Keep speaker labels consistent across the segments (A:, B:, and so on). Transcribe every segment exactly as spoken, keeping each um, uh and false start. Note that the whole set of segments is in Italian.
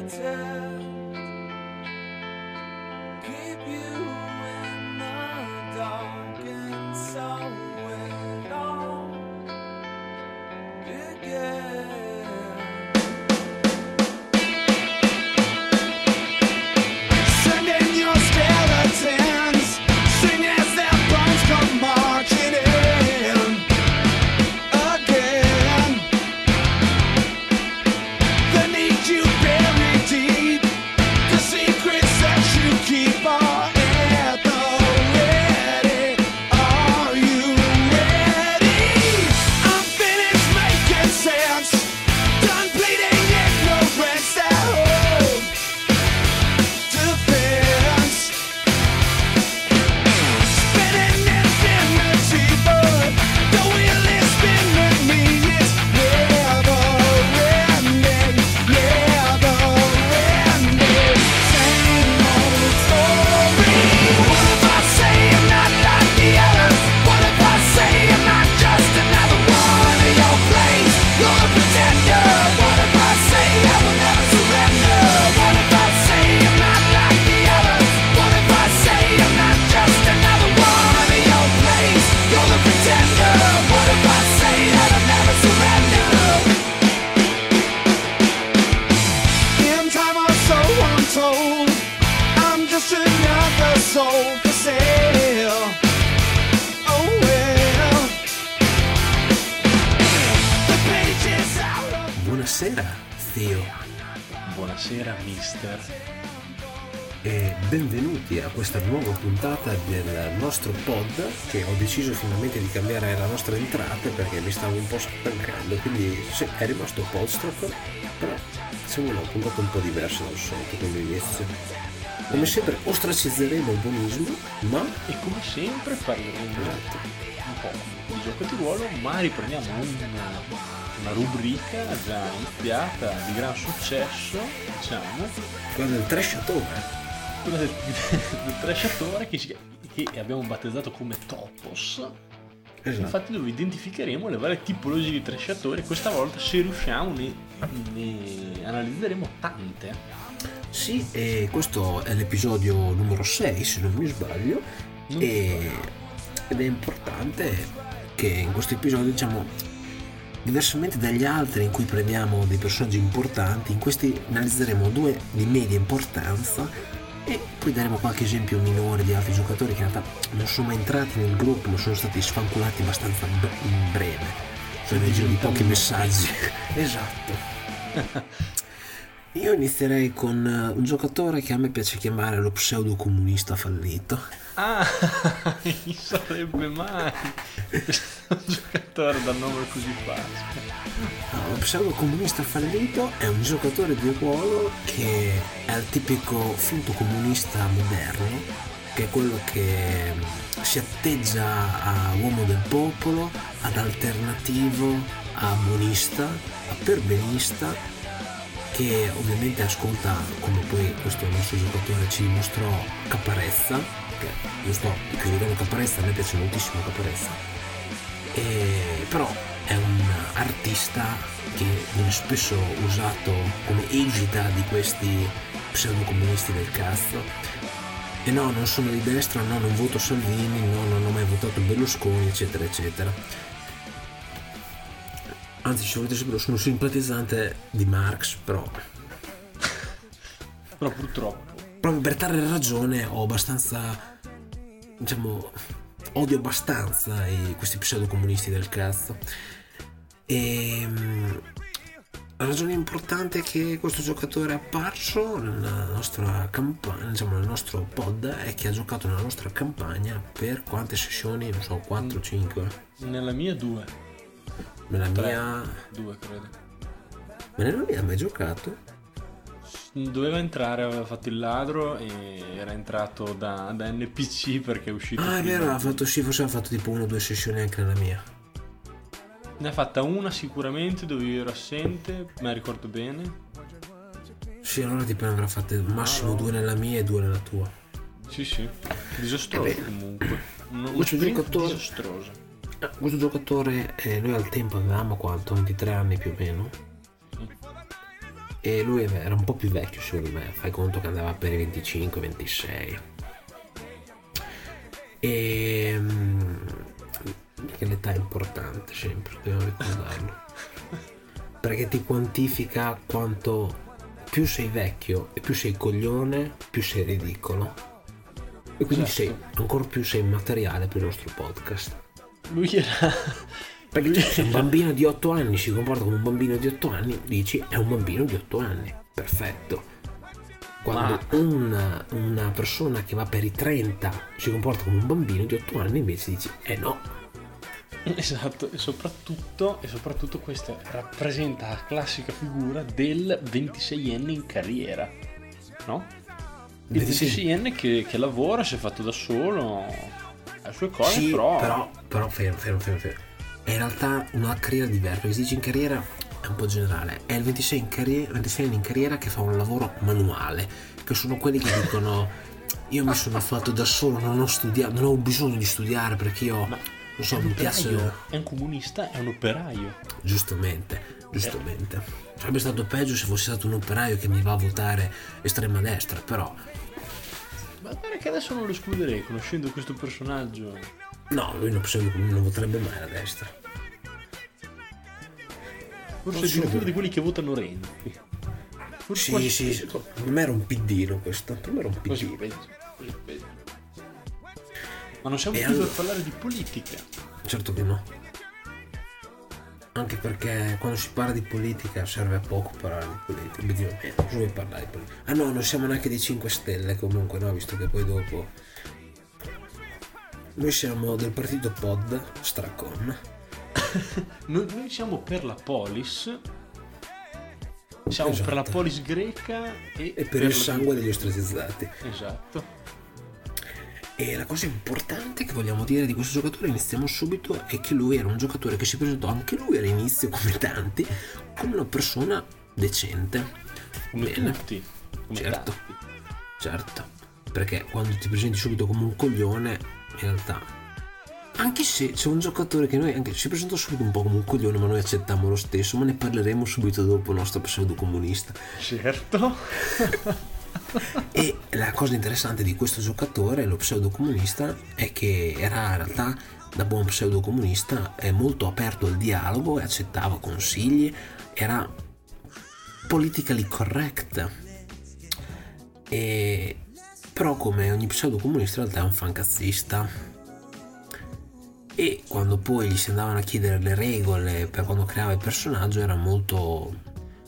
A: Buonasera, Theo.
B: Buonasera, mister.
A: E benvenuti a questa nuova puntata del nostro pod, che ho deciso finalmente di cambiare la nostra entrata perché mi stavo un po' stancando, quindi sì, è rimasto Podstrop, però facciamo una puntata un po' diversa dal solito come inizio. Come sempre ostracizzeremo il buonismo, ma...
B: E come sempre parleremo
A: esatto.
B: un po' di gioco di ruolo, ma riprendiamo una, una rubrica già iniziata di gran successo, diciamo.
A: Quella del trashatore.
B: Quella del, del trashatore che, ci, che abbiamo battezzato come Topos. Esatto. Infatti dove identificheremo le varie tipologie di trashatori. Questa volta, se riusciamo, ne, ne analizzeremo tante.
A: Sì, e questo è l'episodio numero sei, se non mi sbaglio,
B: non
A: e, ed è importante che in questo episodio, diciamo, diversamente dagli altri in cui prendiamo dei personaggi importanti, in questi analizzeremo due di media importanza e poi daremo qualche esempio minore di altri giocatori che in realtà non sono mai entrati nel gruppo, ma sono stati sfanculati abbastanza in breve, cioè nel giro di pochi messaggi. Esatto. Io inizierei con un giocatore che a me piace chiamare lo pseudo comunista fallito.
B: Ah, chi sarebbe mai questo giocatore dal nome così facile?
A: No, lo pseudo comunista fallito è un giocatore di ruolo che è il tipico finto comunista moderno, che è quello che si atteggia a uomo del popolo, ad alternativo, a buonista, a perbenista, che ovviamente ascolta, come poi questo nostro giocatore ci dimostrò, Caparezza, che io sto criticando Caparezza, a me piace moltissimo Caparezza, e però è un artista che viene spesso usato come egida di questi pseudocomunisti del cazzo. E no, non sono di destra, no, non voto Salvini, no, non ho mai votato Berlusconi, eccetera eccetera. Anzi, se volete sapere, sono simpatizzante di Marx, però
B: però purtroppo
A: proprio per tale ragione ho abbastanza, diciamo, odio abbastanza i, questi pseudocomunisti del cazzo. E la ragione importante è che questo giocatore è apparso nella nostra campagna, diciamo nel nostro pod, è che ha giocato nella nostra campagna per quante sessioni? Non so, quattro cinque?
B: Nella mia due.
A: Nella
B: Tre,
A: mia...
B: due credo.
A: Ma nella mia ha mai giocato?
B: Doveva entrare, aveva fatto il ladro e era entrato da, da N P C perché è uscito.
A: Ah, è
B: prima.
A: vero, ha fatto, sì, forse ha fatto tipo una o due sessioni anche nella mia.
B: Ne ha fatta una sicuramente dove io ero assente, me la ricordo bene.
A: Sì, allora tipo ne avrà fatte massimo ah, no. due nella mia e due nella tua.
B: Sì, sì. Disastroso eh comunque. Uno, uno
A: giocatore...
B: disastroso.
A: Questo giocatore, eh, noi al tempo avevamo quanto? ventitré anni più o meno. e lui era un po' più vecchio secondo me, fai conto che andava per i venticinque ventisei, e che l'età è importante sempre, dobbiamo ricordarlo, perché ti quantifica quanto più sei vecchio e più sei coglione, più sei ridicolo, e quindi certo. sei ancora più sei materiale per il nostro podcast.
B: Lui era
A: perché lui se un bambino di otto anni si comporta come un bambino di otto anni, dici è un bambino di otto anni, perfetto. Quando Ma... una, una persona che va per i trenta si comporta come un bambino di otto anni, invece dici eh no.
B: Esatto, e soprattutto, e soprattutto questa rappresenta la classica figura del ventiseienne in carriera, no? Il ventiseienne che, che lavora, si è fatto da solo, ha le sue cose,
A: sì,
B: però...
A: però... però fermo, fermo, fermo, fermo. È in realtà una carriera diversa, perché si dice in carriera è un po' generale, è il ventisei in carriera, ventiseienne in carriera che fa un lavoro manuale, che sono quelli che dicono io mi sono fatto da solo, non ho studiato, non ho bisogno di studiare perché io... Ma... non so, mi piace.
B: È un comunista, è un operaio.
A: Giustamente, giustamente. Eh. Sarebbe stato peggio se fosse stato un operaio che mi va a votare estrema destra, però.
B: Ma guarda che adesso non lo escluderei, conoscendo questo personaggio.
A: No, lui non, non voterebbe mai a destra.
B: Forse è addirittura di quelli che votano Renzi.
A: Forse sì, sì, sì. Per me era un piddino questo. Per me era un piddino.
B: Così peggio, così peggio. Ma non siamo e qui allora... per parlare di politica.
A: Certo che no. Anche perché quando si parla di politica serve a poco parlare di politica. Obiettivamente, non vuoi parlare di politica. Ah no, non siamo neanche dei cinque Stelle comunque, no? Visto che poi dopo... Noi siamo del partito Pod, Stracon.
B: noi, noi siamo per la polis. Siamo
A: esatto.
B: per la polis greca e,
A: e per, per il sangue degli ostracizzati.
B: Esatto.
A: E la cosa importante che vogliamo dire di questo giocatore, iniziamo subito, è che lui era un giocatore che si presentò anche lui all'inizio, come tanti, come una persona decente.
B: Come
A: Bene.
B: tutti. Come
A: certo,
B: tanti.
A: certo. Perché quando ti presenti subito come un coglione, in realtà, anche se c'è un giocatore che noi anche si presentò subito un po' come un coglione, ma noi accettiamo lo stesso, ma ne parleremo subito dopo il nostro pseudo comunista.
B: Certo.
A: E la cosa interessante di questo giocatore, lo pseudocomunista, è che era in realtà, da buon pseudocomunista, è molto aperto al dialogo e accettava consigli, era politically correct, e però come ogni pseudocomunista in realtà è un fancazzista, e quando poi gli si andavano a chiedere le regole per quando creava il personaggio era molto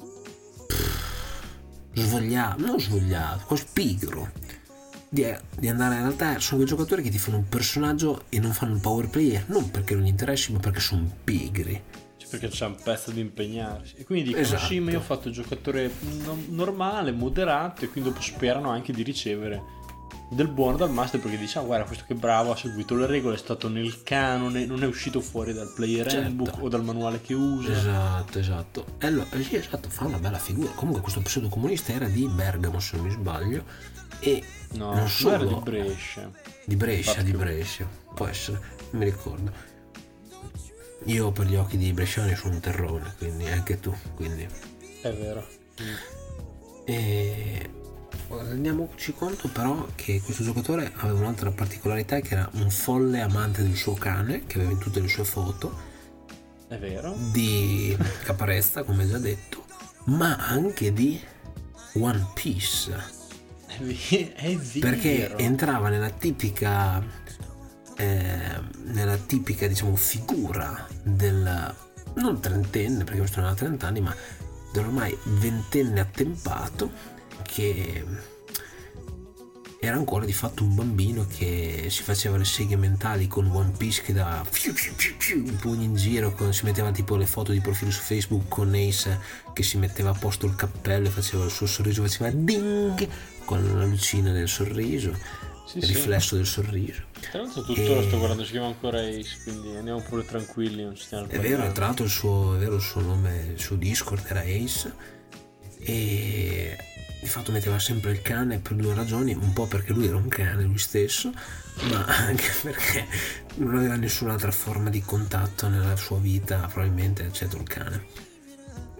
A: svogliato, non svogliato, quasi pigro di, di andare. In realtà sono quei giocatori che ti fanno un personaggio e non fanno il power player, non perché non gli interessi, ma perché sono pigri,
B: cioè perché c'è un pezzo di impegnarsi, e quindi dicono
A: esatto.
B: Sì, ma io ho fatto il giocatore normale, moderato, e quindi dopo sperano anche di ricevere del buono dal master, perché dice ah guarda questo che bravo, ha seguito le regole, è stato nel canone, non è uscito fuori dal player
A: certo.
B: handbook o dal manuale che usa.
A: Esatto, esatto. E allora, sì, esatto, fa una bella figura. Comunque questo pseudocomunista era di Bergamo, se non mi sbaglio, e
B: no,
A: non solo
B: era di Brescia.
A: Di Brescia, di Brescia, può essere, non mi ricordo. Io per gli occhi di bresciani sono un terrone, quindi anche tu, quindi
B: è vero. Mm.
A: E rendiamoci conto però che questo giocatore aveva un'altra particolarità, che era un folle amante del suo cane, che aveva in tutte le sue foto,
B: è vero,
A: di Caparezza come già detto, ma anche di One Piece,
B: è vero, è vero.
A: perché entrava nella tipica eh, nella tipica diciamo figura del non trentenne, perché questo non ha trenta anni, ma dell'ormai ventenne attempato, che era ancora di fatto un bambino che si faceva le seghe mentali con One Piece, che dava fiu fiu fiu fiu i pugni in giro, con, si metteva tipo le foto di profilo su Facebook con Ace che si metteva a posto il cappello e faceva il suo sorriso, faceva ding con la lucina del sorriso,
B: sì,
A: il
B: sì.
A: riflesso del sorriso.
B: Tra l'altro tutto e... lo sto guardando, si chiama ancora Ace, quindi andiamo pure tranquilli, non ci stiamo
A: è vero, tra l'altro il suo, è vero, il suo nome, il suo Discord era Ace, e di fatto metteva sempre il cane per due ragioni, un po' perché lui era un cane lui stesso, ma anche perché non aveva nessun'altra forma di contatto nella sua vita, probabilmente eccetera il cane.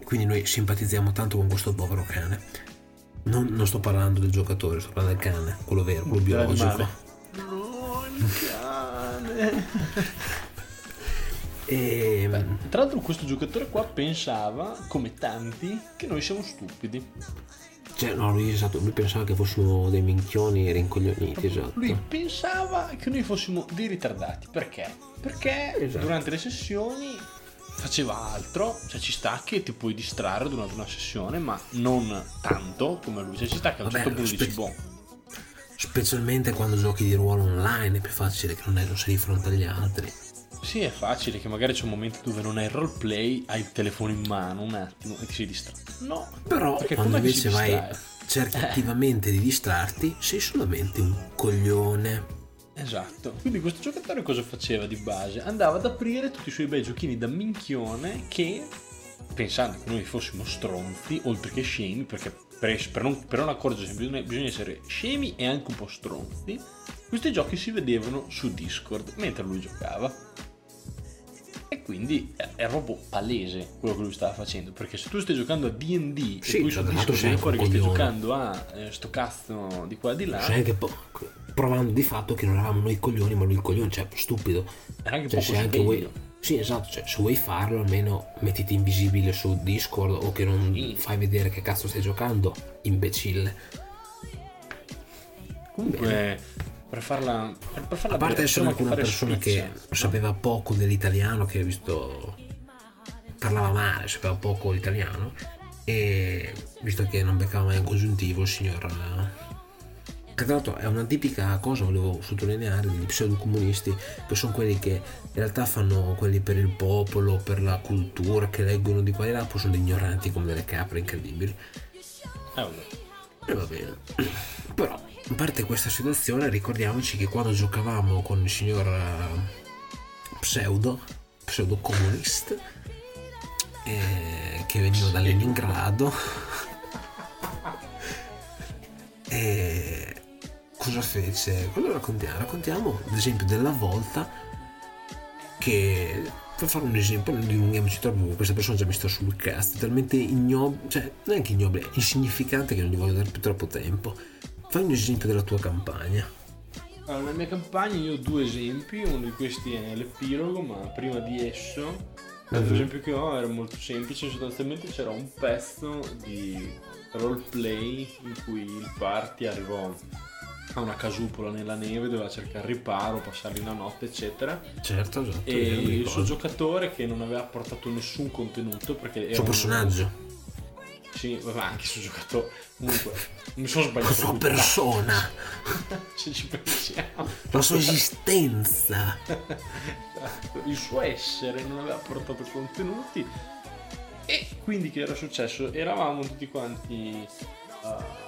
A: quindi noi simpatizziamo tanto con questo povero cane. Non, non sto parlando del giocatore, sto parlando del cane, quello vero, quello biologico.
B: No, il cane.
A: E...
B: Beh, tra l'altro questo giocatore qua pensava, come tanti, che noi siamo stupidi.
A: Cioè, no, lui, esatto, lui pensava che fossimo dei minchioni rincoglioniti, esatto.
B: Lui pensava che noi fossimo dei ritardati. Perché? Perché esatto. Durante le sessioni faceva altro, cioè ci sta che ti puoi distrarre durante una sessione, ma non tanto come lui, cioè ci sta che a un
A: Vabbè,
B: certo punto
A: spe-
B: dici boh.
A: Specialmente quando giochi di ruolo online è più facile che non, è, non sei di fronte agli altri.
B: Sì, è facile che magari c'è un momento dove non hai il roleplay, hai il telefono in mano un attimo e ti sei distratto. No,
A: però quando invece vai, cerchi
B: eh.
A: attivamente di distrarti, sei solamente un coglione.
B: Esatto. Quindi questo giocatore cosa faceva di base? Andava ad aprire tutti i suoi bei giochini da minchione che, pensando che noi fossimo stronzi, oltre che scemi, perché per, per, non, per non accorgersi bisogna, bisogna essere scemi e anche un po' stronzi, questi giochi si vedevano su Discord mentre lui giocava. E quindi è proprio palese quello che lui stava facendo, perché se tu stai giocando a D and D
A: sì,
B: e poi su Discord sei fuori che stai giocando a eh, sto cazzo di qua di là,
A: cioè anche po- provando di fatto che non eravamo noi coglioni ma lui il coglione, cioè stupido.
B: Era anche
A: cioè,
B: poco
A: se anche vuoi, sì esatto, cioè se vuoi farlo almeno mettiti invisibile su Discord o che non sì. fai vedere che cazzo stai giocando, imbecille.
B: Comunque Bene. Per farla, per, per farla
A: a parte essere anche una persona
B: spizia,
A: che no? sapeva poco dell'italiano, che ho visto parlava male, sapeva poco l'italiano, e visto che non beccava mai un congiuntivo il signor, che tra l'altro è una tipica cosa, volevo sottolineare, degli pseudocomunisti, che sono quelli che in realtà fanno quelli per il popolo, per la cultura, che leggono di qua e là, poi sono ignoranti come delle capre incredibili.
B: Eh, vabbè.
A: E va bene. Però a parte questa situazione, ricordiamoci che quando giocavamo con il signor uh, pseudo pseudo comunista eh, che veniva da Leningrado e cosa fece? Cosa raccontiamo? Raccontiamo ad esempio della volta che, per fare un esempio, non dilunghiamoci troppo, questa persona già mi sta sul cast, talmente ignobile, cioè neanche ignobile, insignificante, che non gli voglio dare più troppo tempo. Fai un esempio della tua campagna.
B: Allora, nella mia campagna io ho due esempi, uno di questi è l'epilogo, ma prima di esso l'altro esempio che ho era molto semplice, sostanzialmente c'era un pezzo di roleplay in cui il party arrivò a una casupola nella neve, doveva cercare riparo, passarli una notte eccetera.
A: Certo, esatto.
B: E il suo giocatore che non aveva portato nessun contenuto perché era
A: il suo personaggio
B: un... sì, ma anche il suo giocatore, comunque mi sono sbagliato,
A: la sua persona
B: se ci pensiamo,
A: la sua esistenza,
B: il suo essere non aveva portato contenuti. E quindi che era successo? Eravamo tutti quanti uh,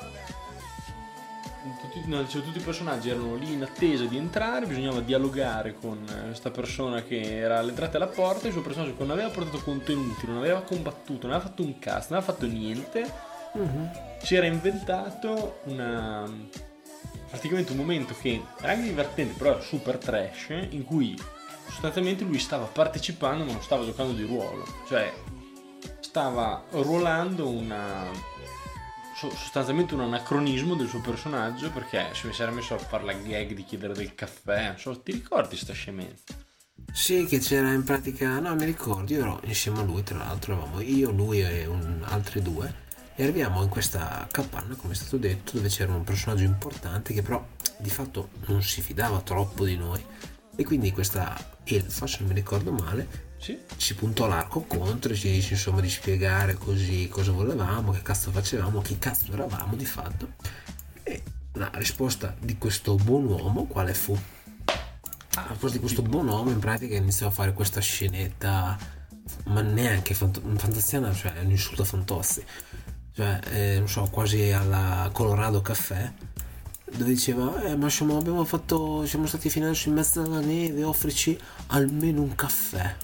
B: Tutti, no, cioè, tutti i personaggi erano lì in attesa di entrare, bisognava dialogare con questa persona che era all'entrata della porta. Il suo personaggio che non aveva portato contenuti, non aveva combattuto, non aveva fatto un cast, non aveva fatto niente, uh-huh. si era inventato una praticamente un momento che era anche divertente, però era super trash, in cui sostanzialmente lui stava partecipando ma non stava giocando di ruolo, cioè stava ruolando una sostanzialmente un anacronismo del suo personaggio, perché si era messo a fare la gag di chiedere del caffè, non so, ti ricordi sta scemenza?
A: Sì, che c'era in pratica, no mi ricordo, io ero insieme a lui, tra l'altro eravamo io, lui e un, altri due, e arriviamo in questa capanna, come è stato detto, dove c'era un personaggio importante che però di fatto non si fidava troppo di noi, e quindi questa elfa, se non mi ricordo male,
B: sì.
A: ci puntò l'arco contro e ci dice insomma di spiegare così cosa volevamo, che cazzo facevamo, chi cazzo eravamo di fatto. E la risposta di questo buon uomo quale fu? La risposta di questo buon uomo in pratica iniziò a fare questa scenetta, ma neanche fant- fantastiana, cioè è un insulto a Fantozzi, cioè eh, non so, quasi alla Colorado Caffè, dove diceva eh ma siamo, abbiamo fatto, siamo stati fino adesso in mezzo alla neve, offrici almeno un caffè.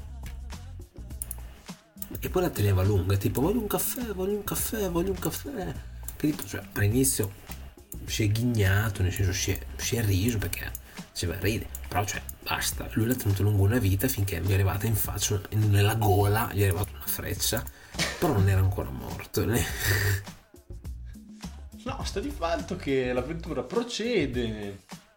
A: E poi la teneva lunga, tipo voglio un caffè, voglio un caffè, voglio un caffè. Che tipo, cioè, all'inizio si è ghignato, nel senso si è, si è riso perché diceva ride, però cioè basta, lui l'ha tenuto lungo una vita finché mi è arrivata in faccia, nella gola, gli è arrivata una freccia però non era ancora morto. Né?
B: No, sta di fatto che l'avventura procede,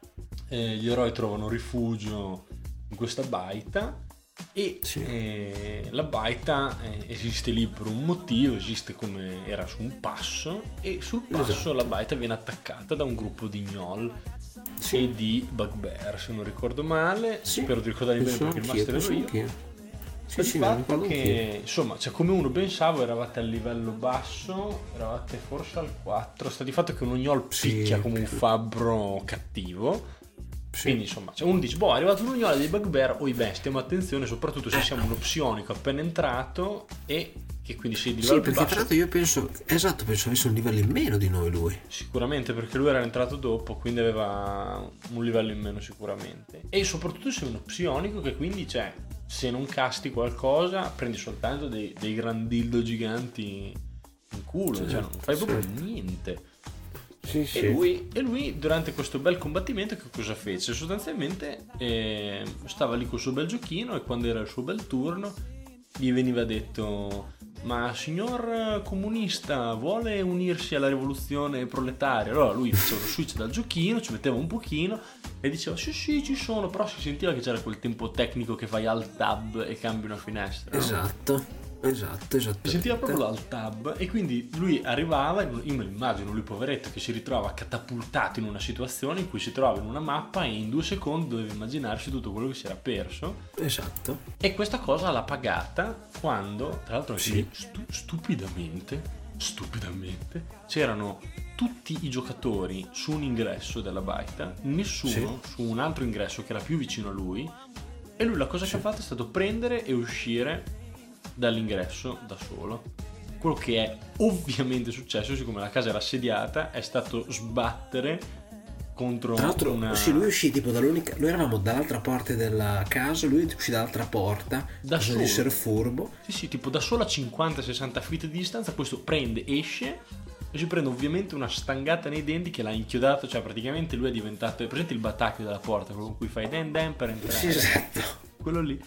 B: eh, gli eroi trovano rifugio in questa baita e sì. eh, la baita eh, esiste lì per un motivo, esiste come era su un passo, e sul passo esatto. la baita viene attaccata da un gruppo di gnoll sì. e di bugbear, se non ricordo male, sì. spero di ricordarmi bene perché il master ero io. Anch'io. Sì, il sì, fatto che insomma, cioè, come uno ben sa, voi eravate al livello basso, eravate forse al quattro, sta di fatto che un gnoll picchia sì, come un fabbro cattivo. Sì. Quindi insomma, cioè uno dice, boh, è arrivato un gnoll dei bugbear, oi beh, stiamo attenzione, soprattutto se siamo uno psionico appena entrato e che quindi sei di livello
A: sì, perché
B: basso.
A: Tra l'altro io penso, esatto, penso avesse un livello in meno di noi lui.
B: Sicuramente, perché lui era entrato dopo, quindi aveva un livello in meno sicuramente. E soprattutto sei uno psionico che quindi, cioè, se non casti qualcosa, prendi soltanto dei, dei grandildo giganti in culo, sì, cioè non fai proprio sì. niente.
A: Sì, sì.
B: E, lui, e lui durante questo bel combattimento che cosa fece? Sostanzialmente eh, stava lì col suo bel giochino e quando era il suo bel turno gli veniva detto: ma signor comunista vuole unirsi alla rivoluzione proletaria? Allora lui faceva lo switch dal giochino, ci metteva un pochino e diceva sì sì ci sono, però si sentiva che c'era quel tempo tecnico che fai alt tab e cambi una finestra, no?
A: Esatto. Esatto, esatto.
B: Si sentiva proprio l'alt tab e quindi lui arrivava, io me lo immagino, lui poveretto che si ritrova catapultato in una situazione in cui si trova in una mappa e in due secondi doveva immaginarsi tutto quello che si era perso.
A: Esatto.
B: E questa cosa l'ha pagata quando, tra l'altro sì. stu- stupidamente, stupidamente, c'erano tutti i giocatori su un ingresso della baita, nessuno sì. su un altro ingresso che era più vicino a lui, e lui la cosa sì. che ha fatto è stato prendere e uscire dall'ingresso da solo. Quello che è ovviamente successo, siccome la casa era assediata, è stato sbattere contro
A: tra l'altro
B: una...
A: sì, lui uscì tipo dall'unica, noi eravamo dall'altra parte della casa, lui uscì dall'altra porta
B: da solo,
A: essere furbo,
B: sì sì, tipo da solo a cinquanta sessanta feet di distanza. Questo prende, esce e si prende ovviamente una stangata nei denti che l'ha inchiodato, cioè praticamente lui è diventato, è presente il battacchio della porta, quello con cui fai den den per entrare,
A: sì, esatto,
B: quello lì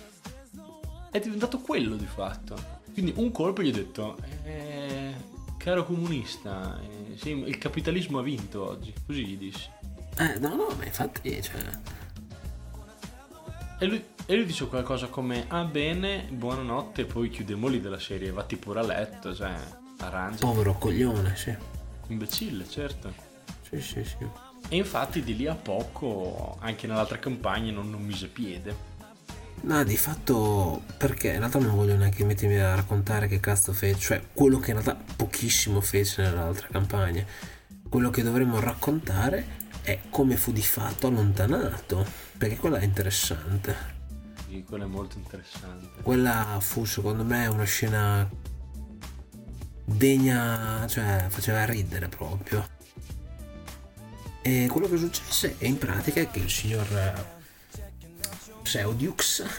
B: è diventato quello di fatto. Quindi un colpo gli ho detto eh, caro comunista, eh, sì, il capitalismo ha vinto oggi, così gli dissi.
A: Eh no no, ma infatti cioè...
B: E lui, e lui dice qualcosa come ah bene, buonanotte, e poi chiudemmo lì della serie, vatti pure a letto, cioè arrangia.
A: Povero coglione, sì.
B: Imbecille, certo.
A: Sì sì sì.
B: E infatti di lì a poco anche nell'altra campagna non, non mise piede.
A: No, di fatto, perché in realtà non voglio neanche mettermi a raccontare che cazzo fece, cioè quello che in realtà pochissimo fece nell'altra campagna. Quello che dovremmo raccontare è come fu di fatto allontanato, perché quella è interessante.
B: Sì, quella è molto interessante.
A: Quella fu secondo me una scena degna, cioè faceva ridere proprio. E quello che successe è in pratica che il signor Pseudux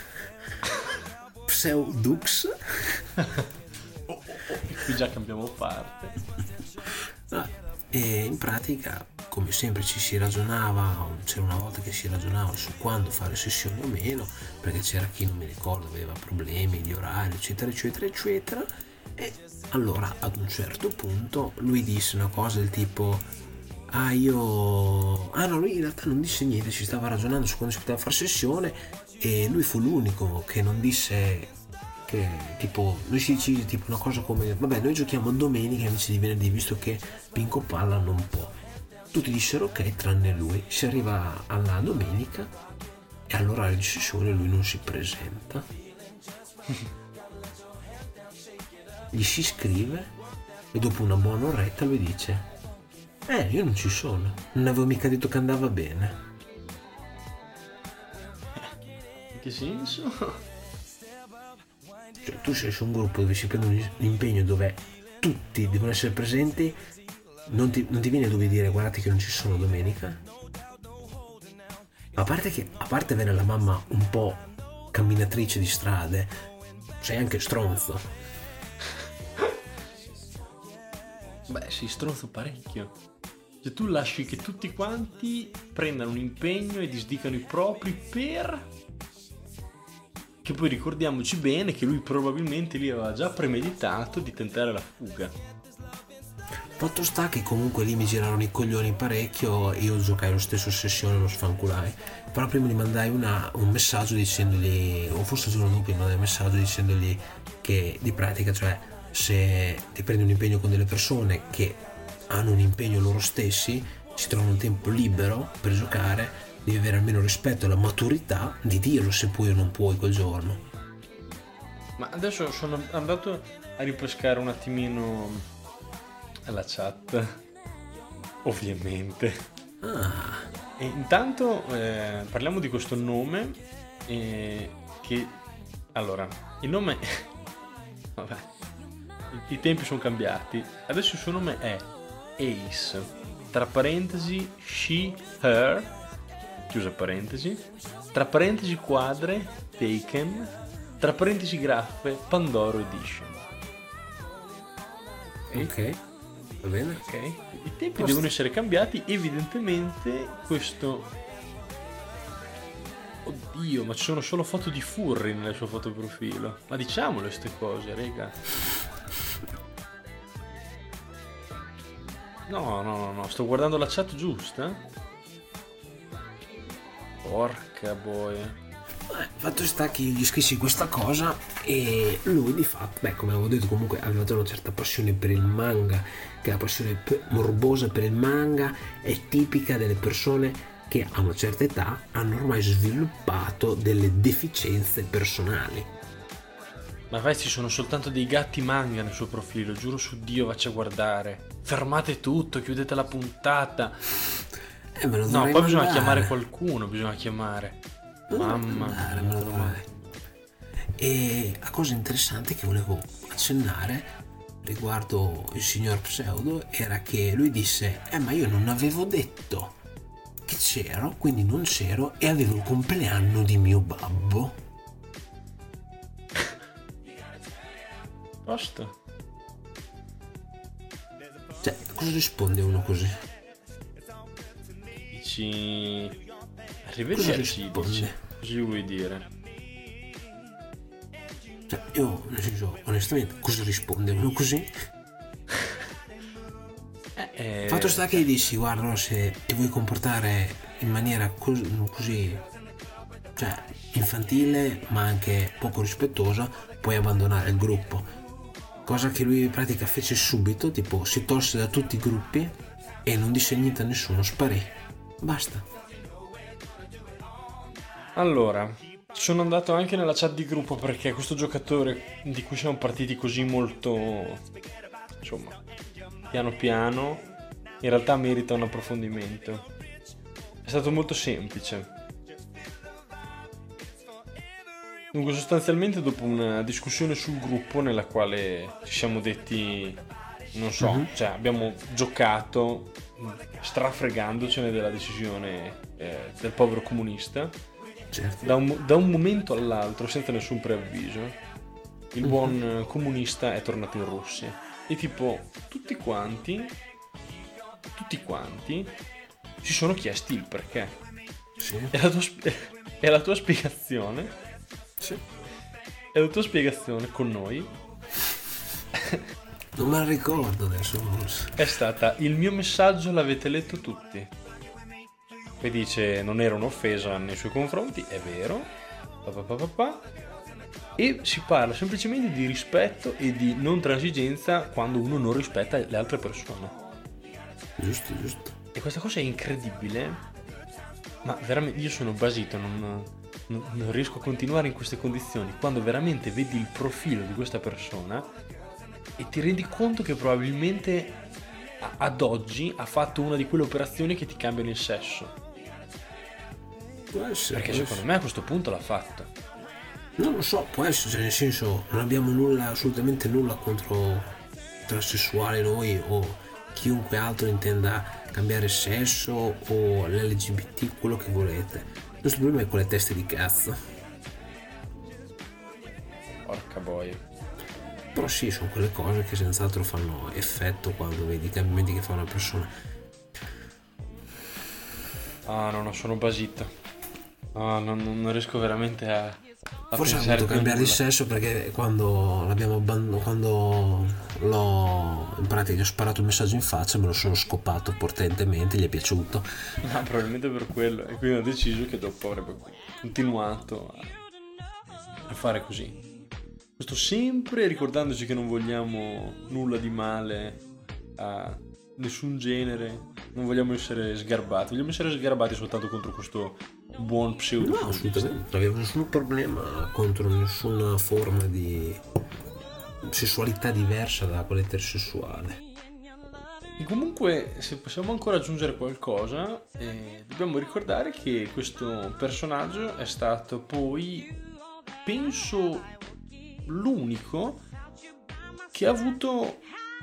A: Pseudux
B: oh, oh, oh, qui già cambiamo parte.
A: Ah, e in pratica, come sempre, ci si ragionava, c'era una volta che si ragionava su quando fare sessioni o meno, perché c'era chi, non mi ricordo, aveva problemi di orario eccetera eccetera eccetera, e allora ad un certo punto lui disse una cosa del tipo ah io ah no lui in realtà non disse niente, ci stava ragionando su quando si poteva fare sessione e lui fu l'unico che non disse che tipo lui si dice tipo una cosa come vabbè noi giochiamo domenica invece di venerdì visto che Pinco Palla non può. Tutti dissero ok tranne lui. Si arriva alla domenica e all'orario di sessione lui non si presenta. Gli si iscrive e dopo una buona oretta lui dice eh io non ci sono, non avevo mica detto che andava bene.
B: In che senso?
A: Cioè tu sei su un gruppo dove si prende un impegno dove tutti devono essere presenti, non ti, non ti viene dove dire guardate che non ci sono domenica? A parte che a parte avere la mamma un po' camminatrice di strade, sei anche stronzo.
B: Beh sì, stronzo parecchio. Cioè tu lasci che tutti quanti prendano un impegno e disdicano i propri per che poi ricordiamoci bene che lui probabilmente lì aveva già premeditato di tentare la fuga.
A: Fatto sta che comunque lì mi girarono i coglioni parecchio, io giocai lo stesso sessione, lo sfanculai, però prima gli mandai una, un messaggio dicendogli, o forse il giorno dopo gli mandai un messaggio dicendogli che di pratica, cioè se ti prendi un impegno con delle persone che hanno un impegno loro stessi, si trovano un tempo libero per giocare, devi avere almeno rispetto e la maturità di dirlo se puoi o non puoi quel giorno.
B: Ma adesso sono andato a ripescare un attimino la chat, ovviamente.
A: Ah.
B: E intanto eh, parliamo di questo nome eh, che allora il nome vabbè, i, i tempi sono cambiati, adesso il suo nome è Ace, tra parentesi she her, chiusa parentesi, tra parentesi quadre Taken, tra parentesi graffe Pandoro Edition.
A: Ok, okay. Va bene.
B: Ok, i tempi Post... devono essere cambiati, evidentemente questo... Oddio, ma ci sono solo foto di furry nel suo fotoprofilo. Ma diciamole queste cose, raga. No, no, no, no, sto guardando la chat giusta. Porca boia.
A: Fatto sta che io gli scrissi questa cosa e lui di fatto, beh, come avevo detto, comunque aveva già una certa passione per il manga, che la passione morbosa per il manga è tipica delle persone che a una certa età hanno ormai sviluppato delle deficienze personali.
B: Ma vai, ci sono soltanto dei gatti manga nel suo profilo, giuro su Dio, vacci a guardare. Fermate tutto, chiudete la puntata.
A: Eh, me lo
B: no, poi
A: mandare.
B: Bisogna chiamare qualcuno, bisogna chiamare. Mamma
A: mia, me lo dovrei. E la cosa interessante che volevo accennare riguardo il signor Pseudo era che lui disse eh ma io non avevo detto che c'ero, quindi non c'ero e avevo il compleanno di mio babbo.
B: Posto.
A: Cioè, cosa risponde uno così?
B: Dici... Arrivederci, dice. Cosa gli vuoi dire?
A: Cioè, io, nel senso, onestamente, cosa risponde uno così? eh, Fatto sta che gli dissi, guarda, no, se ti vuoi comportare in maniera così, così, cioè, infantile, ma anche poco rispettosa, puoi abbandonare il gruppo. Cosa che lui in pratica fece subito, tipo, si tolse da tutti i gruppi e non disse niente a nessuno, sparì. Basta.
B: Allora, sono andato anche nella chat di gruppo perché questo giocatore di cui siamo partiti così molto, insomma, piano piano, in realtà merita un approfondimento. È stato molto semplice. Dunque, sostanzialmente dopo una discussione sul gruppo nella quale ci siamo detti, non so, mm-hmm. cioè abbiamo giocato strafregandocene della decisione eh, del povero comunista.
A: Certo.
B: Da, un, da un momento all'altro, senza nessun preavviso, il buon mm-hmm. comunista è tornato in Russia. E tipo, tutti quanti, tutti quanti si sono chiesti il perché.
A: Sì.
B: E la tua, e la tua spiegazione?
A: Sì.
B: E la tua spiegazione con noi?
A: Non me la ricordo adesso.
B: È stata: il mio messaggio l'avete letto tutti. Poi dice non era un'offesa nei suoi confronti, è vero, pa, pa, pa, pa, pa. E si parla semplicemente di rispetto e di non transigenza quando uno non rispetta le altre persone.
A: Giusto, giusto.
B: E questa cosa è incredibile, ma veramente io sono basito, non, non, non riesco a continuare in queste condizioni, quando veramente vedi il profilo di questa persona e ti rendi conto che probabilmente ad oggi ha fatto una di quelle operazioni che ti cambiano il sesso.
A: Può essere,
B: perché
A: può
B: secondo
A: essere.
B: me a questo punto l'ha fatto.
A: Non lo so, può essere, cioè nel senso non abbiamo nulla, assolutamente nulla contro transessuali noi o chiunque altro intenda cambiare sesso o l'L G B T, quello che volete. Il nostro problema è con le teste di cazzo.
B: Porca boia.
A: Però sì, sono quelle cose che senz'altro fanno effetto quando vedi i cambiamenti che fa una persona.
B: Ah no, no, sono basito. Ah, non, non riesco veramente a,
A: Forse ha dovuto cambiare di sesso perché quando l'abbiamo abbandonato, quando l'ho in pratica gli ho sparato un messaggio in faccia, me lo sono scopato potentemente, gli è piaciuto.
B: Ah, probabilmente per quello, e quindi ho deciso che dopo avrebbe continuato a, a fare così. Questo sempre ricordandoci che non vogliamo nulla di male a nessun genere, non vogliamo essere sgarbati, vogliamo essere sgarbati soltanto contro questo buon pseudo.
A: No, assolutamente, non avevo nessun problema contro nessuna forma di sessualità diversa da quella eterosessuale.
B: E comunque, se possiamo ancora aggiungere qualcosa, eh, dobbiamo ricordare che questo personaggio è stato poi, penso, l'unico che ha avuto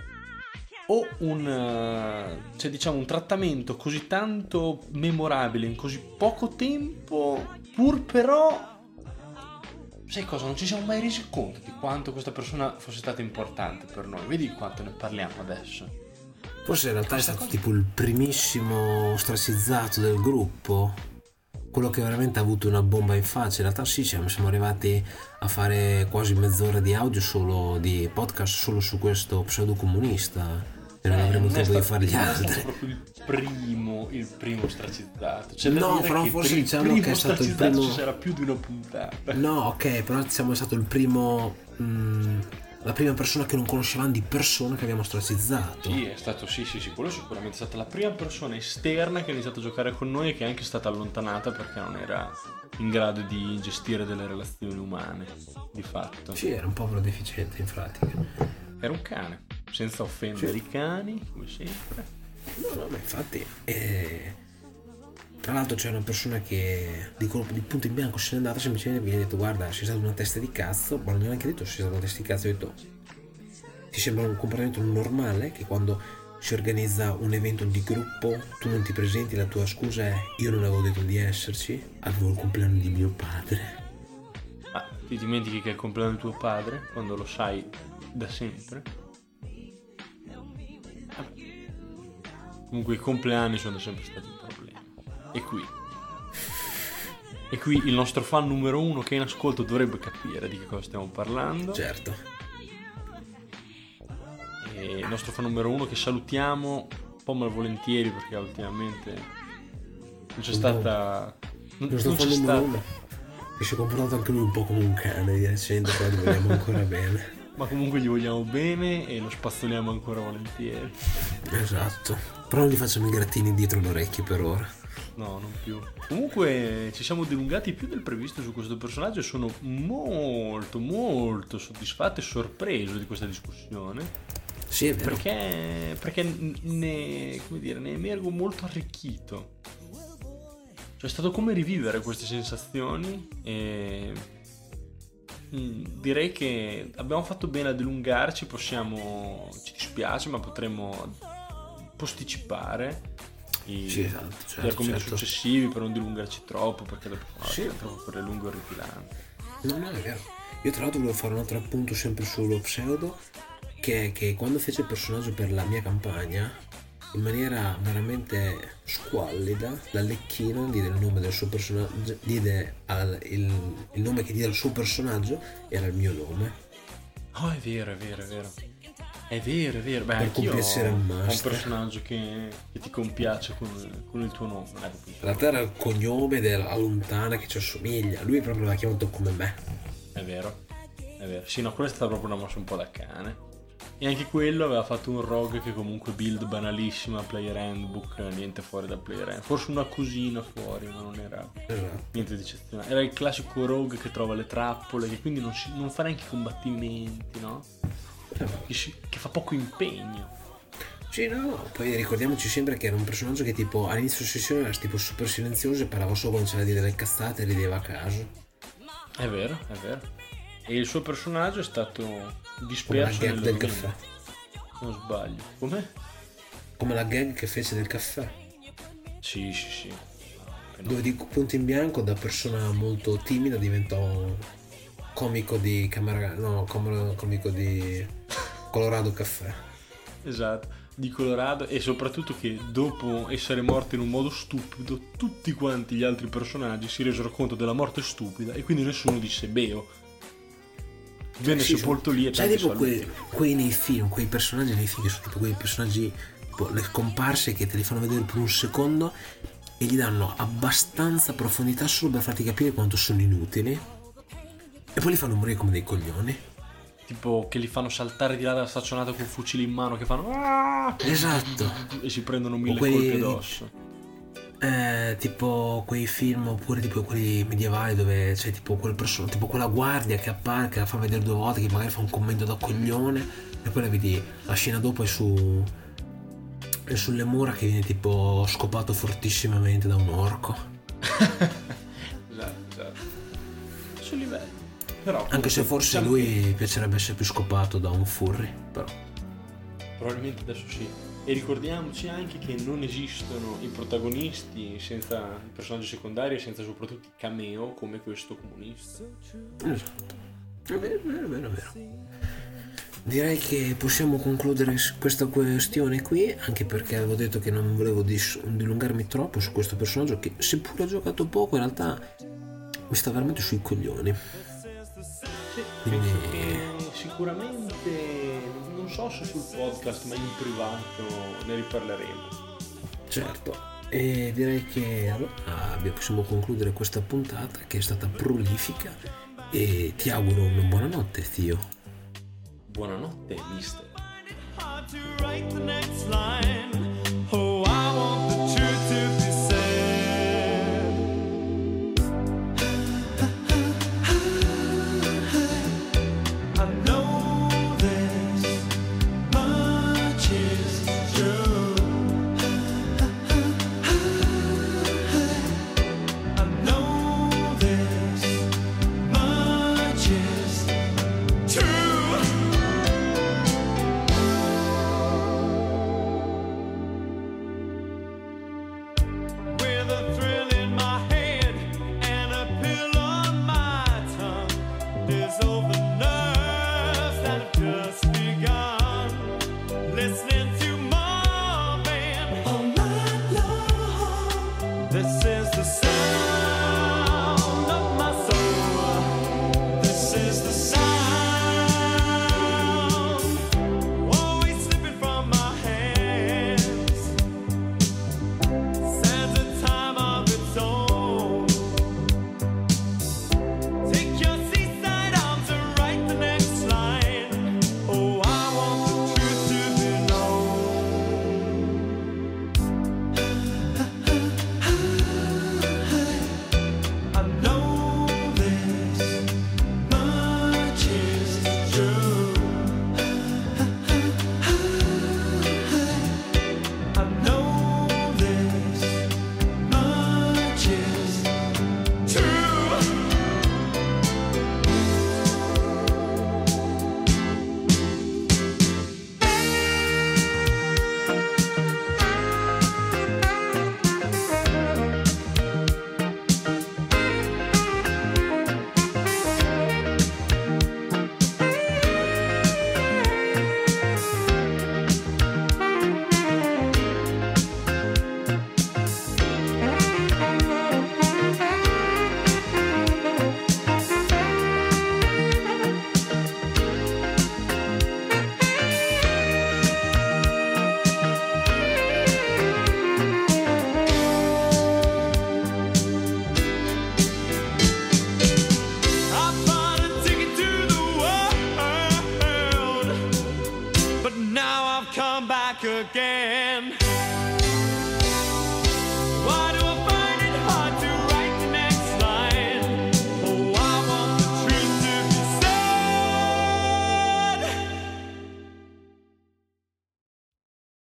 B: o un, cioè diciamo un trattamento così tanto memorabile in così poco tempo, pur però, sai cosa, non ci siamo mai resi conto di quanto questa persona fosse stata importante per noi. Vedi quanto ne parliamo adesso.
A: Forse in realtà è stato tipo il primissimo ostracizzato del gruppo, quello che veramente ha avuto una bomba in faccia. In realtà sì, siamo arrivati a fare quasi mezz'ora di audio solo, di podcast solo su questo pseudo comunista. E non avremo tempo di fare gli altri.
B: Non è proprio il primo, il primo ostracizzato. Cioè,
A: no, però forse diciamo che è stato il primo.
B: Ci sarà più di una puntata.
A: No, ok, però siamo stato il primo. Mh, la prima persona che non conoscevamo di persona che abbiamo ostracizzato.
B: Sì, è stato, sì, sì, sì, quello sicuramente è stata la prima persona esterna che ha iniziato a giocare con noi e che è anche stata allontanata perché non era in grado di gestire delle relazioni umane, di fatto.
A: Sì, era un povero deficiente, infatti.
B: Era un cane, senza offendere sì. I cani, come sempre.
A: No, no, ma infatti. Eh, tra l'altro c'è una persona che di colpo di punto in bianco se n'è andata, semplicemente mi ha detto: guarda, sei stata una testa di cazzo, ma non mi ha neanche detto sei stata una testa di cazzo, ho detto ti sembra un comportamento normale che quando si organizza un evento di gruppo tu non ti presenti, la tua scusa è io non avevo detto di esserci, avevo il compleanno di mio padre.
B: Ah, ti dimentichi che è il compleanno di tuo padre quando lo sai da sempre? Comunque i compleanni sono sempre stati un problema. E qui E qui il nostro fan numero uno che è in ascolto dovrebbe capire di che cosa stiamo parlando.
A: Certo.
B: E il nostro fan numero uno che salutiamo un po' malvolentieri perché ultimamente non c'è stata non,
A: non c'è stata uno che si è comportato anche lui un po' come un cane di recente, però gli vogliamo ancora bene.
B: Ma comunque gli vogliamo bene e lo spazzoliamo ancora volentieri.
A: Esatto. Però non gli facciamo i grattini dietro le orecchie per ora.
B: No, non più. Comunque ci siamo dilungati più del previsto su questo personaggio e sono molto molto soddisfatto e sorpreso di questa discussione.
A: Sì, è vero.
B: Perché, perché ne, come dire, ne emergo molto arricchito. Cioè è stato come rivivere queste sensazioni e direi che abbiamo fatto bene a dilungarci, possiamo, ci dispiace ma potremmo posticipare i,
A: sì, esatto, certo,
B: gli argomenti
A: certo.
B: successivi per non dilungarci troppo perché dopo
A: sì.
B: è troppo per lungo e ritirante.
A: No, no, è vero. Io tra l'altro volevo fare un altro appunto sempre sullo pseudo, che è che quando fece il personaggio per la mia campagna, in maniera veramente squallida, l'Allecchino diede il nome del suo personaggio, diede al, il, il nome che diede al suo personaggio era il mio nome.
B: Oh, è vero, è vero, è vero. È vero, è vero. Beh,
A: per
B: anch'io
A: compiacere
B: ho
A: il
B: un
A: master.
B: personaggio che, che ti compiace con, con il tuo nome.
A: In realtà era il cognome della lontana che ci assomiglia. Lui proprio l'ha chiamato come me.
B: È vero, è vero. Sì, no, quella è stata proprio una mossa un po' da cane. E anche quello aveva fatto un rogue che comunque build banalissima, player handbook, niente fuori dal player handbook. Forse una cosina fuori, ma non era
A: esatto.
B: niente di eccezionale. Era il classico rogue che trova le trappole, che quindi non, si, non fa neanche combattimenti, no? Che, si, che fa poco impegno.
A: Sì, no, poi ricordiamoci sempre che era un personaggio che tipo all'inizio sessione era tipo super silenzioso e parlava solo quando c'era da dire delle cazzate e rideva a caso.
B: È vero, è vero. E il suo personaggio è stato disperso
A: come la gag del
B: rovine.
A: caffè.
B: Non sbaglio. Come?
A: Come la gag che fece del caffè.
B: Sì, sì, sì.
A: Dove di punto in bianco da persona molto timida diventò comico di camera, no, comico di Colorado Caffè.
B: Esatto. di Colorado, e soprattutto che dopo essere morto in un modo stupido tutti quanti gli altri personaggi si resero conto della morte stupida e quindi nessuno disse beo. Venne sì, sepolto lì e
A: sai tipo quei, quei nei film, quei personaggi nei film che sono tipo quei personaggi tipo, le scomparse che te li fanno vedere per un secondo e gli danno abbastanza profondità solo per farti capire quanto sono inutili e poi li fanno morire come dei coglioni.
B: Tipo che li fanno saltare di là dalla staccionata con fucili in mano, che fanno
A: esatto
B: e si prendono mille
A: quei,
B: colpi addosso.
A: Eh, tipo quei film oppure tipo quelli medievali dove c'è tipo quel person- tipo quella guardia che appare, che la fa vedere due volte, che magari fa un commento da coglione e poi la vedi la scena dopo è su è sulle mura che viene tipo scopato fortissimamente da un orco.
B: Esatto, sul livello. Però,
A: anche se forse a lui che... piacerebbe essere più scopato da un furry, però
B: probabilmente adesso sì. E ricordiamoci anche che non esistono i protagonisti senza i personaggi secondari e senza soprattutto i cameo come questo comunista.
A: Esatto, è vero, è vero, è vero, è vero. Direi che possiamo concludere questa questione qui, anche perché avevo detto che non volevo dis- dilungarmi troppo su questo personaggio che, seppure ho giocato poco, in realtà mi sta veramente sui coglioni.
B: Sì, quindi penso che sicuramente, non so se sul podcast, ma in privato ne riparleremo.
A: Certo, e direi che allora possiamo concludere questa puntata che è stata prolifica e ti auguro una buona notte, zio.
B: Buonanotte, mister.
C: Again.